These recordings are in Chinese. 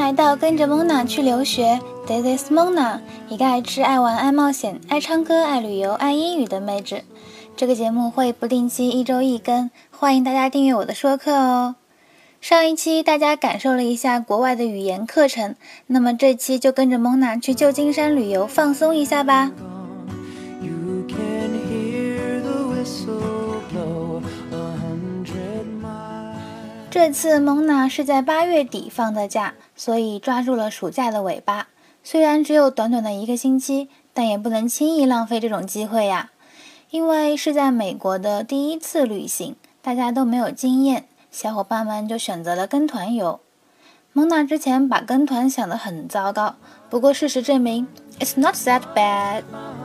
来到跟着 Mona 去留学 This is Mona， 一个爱吃、爱玩、爱冒险、爱唱歌、爱旅游、爱英语的妹纸。这个节目会不定期一周一更，欢迎大家订阅我的说课哦。上一期大家感受了一下国外的语言课程，那么这期就跟着 Mona 去旧金山旅游放松一下吧。这次 Mona 是在8月底放的假，所以抓住了暑假的尾巴。虽然只有短短的1个星期，但也不能轻易浪费这种机会呀。因为是在美国的第一次旅行，大家都没有经验，小伙伴们就选择了跟团游。Mona 之前把跟团想得很糟糕，不过事实证明 It's not that bad。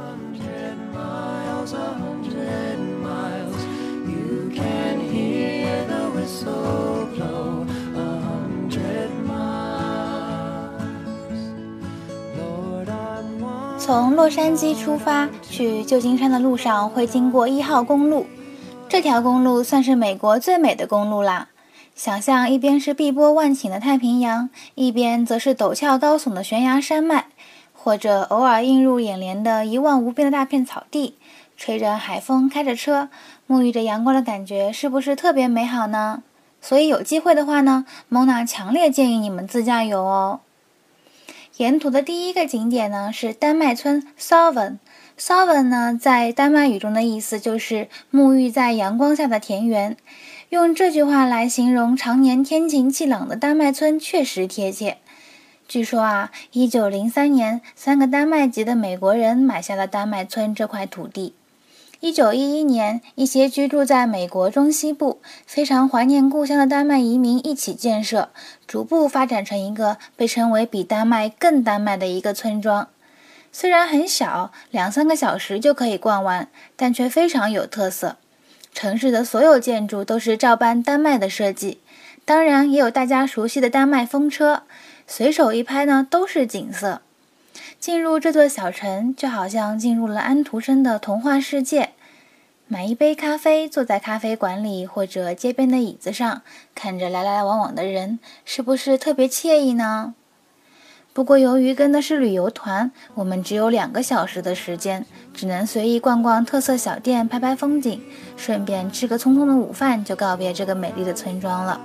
从洛杉矶出发去旧金山的路上会经过1号公路，这条公路算是美国最美的公路啦。想象一边是碧波万顷的太平洋，一边则是陡峭高耸的悬崖山脉，或者偶尔映入眼帘的一望无边的大片草地，吹着海风，开着车，沐浴着阳光的感觉是不是特别美好呢？所以有机会的话呢， Mona 强烈建议你们自驾游哦。沿途的第一个景点呢是丹麦村 Soven。Soven 呢在丹麦语中的意思就是沐浴在阳光下的田园，用这句话来形容常年天晴气朗的丹麦村确实贴切。据说啊，1903年3个丹麦籍的美国人买下了丹麦村这块土地。1911年，一些居住在美国中西部、非常怀念故乡的丹麦移民一起建设，逐步发展成一个被称为比丹麦更丹麦的一个村庄。虽然很小，2-3个小时就可以逛完，但却非常有特色。城市的所有建筑都是照搬丹麦的设计，当然也有大家熟悉的丹麦风车，随手一拍呢都是景色。进入这座小城，就好像进入了安徒生的童话世界。买一杯咖啡，坐在咖啡馆里或者街边的椅子上，看着来来往往的人，是不是特别惬意呢？不过由于跟的是旅游团，我们只有2个小时的时间，只能随意逛逛特色小店，拍拍风景，顺便吃个匆匆的午饭，就告别这个美丽的村庄了。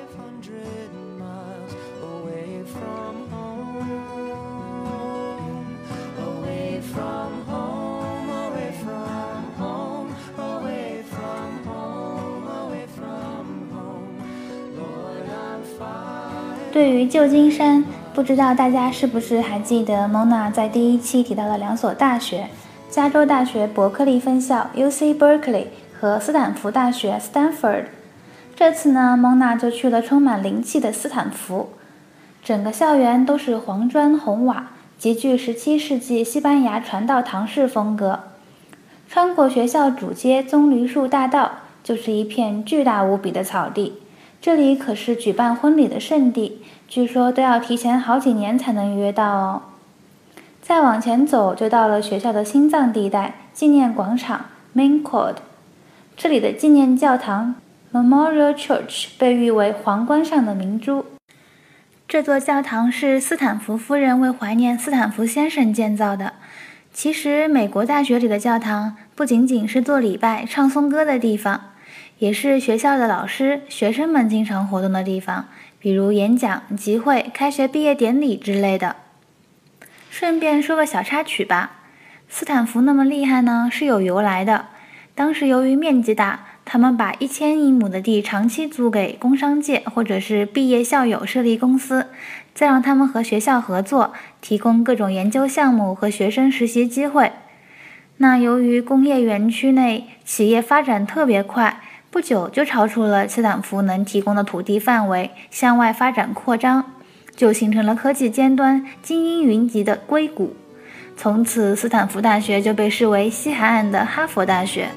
对于旧金山，不知道大家是不是还记得 Mona 在第1期提到的2所大学，加州大学伯克利分校 UC Berkeley 和斯坦福大学 Stanford。 这次呢 Mona 就去了充满灵气的斯坦福。整个校园都是黄砖红瓦，极具17世纪西班牙传道堂式风格。穿过学校主街棕榈树大道，就是一片巨大无比的草地。这里可是举办婚礼的圣地，据说都要提前好几年才能约到哦。再往前走就到了学校的心脏地带，纪念广场 Main Court。 这里的纪念教堂 Memorial Church 被誉为皇冠上的明珠。这座教堂是斯坦福夫人为怀念斯坦福先生建造的。其实美国大学里的教堂不仅仅是做礼拜唱颂歌的地方，也是学校的老师、学生们经常活动的地方，比如演讲、集会、开学毕业典礼之类的。顺便说个小插曲吧，斯坦福那么厉害呢，是有由来的。当时由于面积大，他们把1000英亩的地长期租给工商界或者是毕业校友设立公司，再让他们和学校合作，提供各种研究项目和学生实习机会。那由于工业园区内企业发展特别快，不久就超出了斯坦福能提供的土地范围，向外发展扩张，就形成了科技尖端精英云集的硅谷。从此斯坦福大学就被视为西海岸的哈佛大学。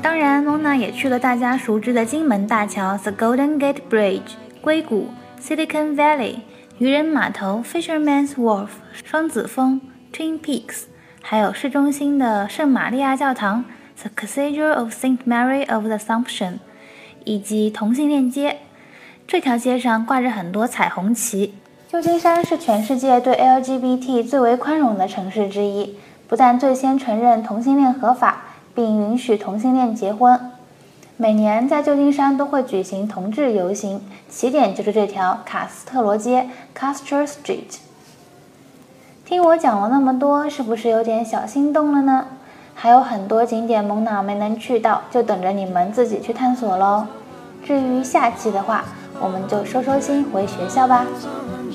当然，蒙娜也去了大家熟知的金门大桥 The Golden Gate Bridge、硅谷 Silicon Valley、渔人码头 Fisherman's Wharf、双子峰 Twin Peaks， 还有市中心的圣玛利亚教堂 The Cathedral of St. Mary of the Assumption， 以及同性恋街。这条街上挂着很多彩虹旗。旧金山是全世界对 LGBT 最为宽容的城市之一，不但最先承认同性恋合法，并允许同性恋结婚。每年在旧金山都会举行同志游行，起点就是这条卡斯特罗街 Castro Street。 听我讲了那么多，是不是有点小心动了呢？还有很多景点蒙娜没能去到，就等着你们自己去探索咯。至于下期的话，我们就收心回学校吧。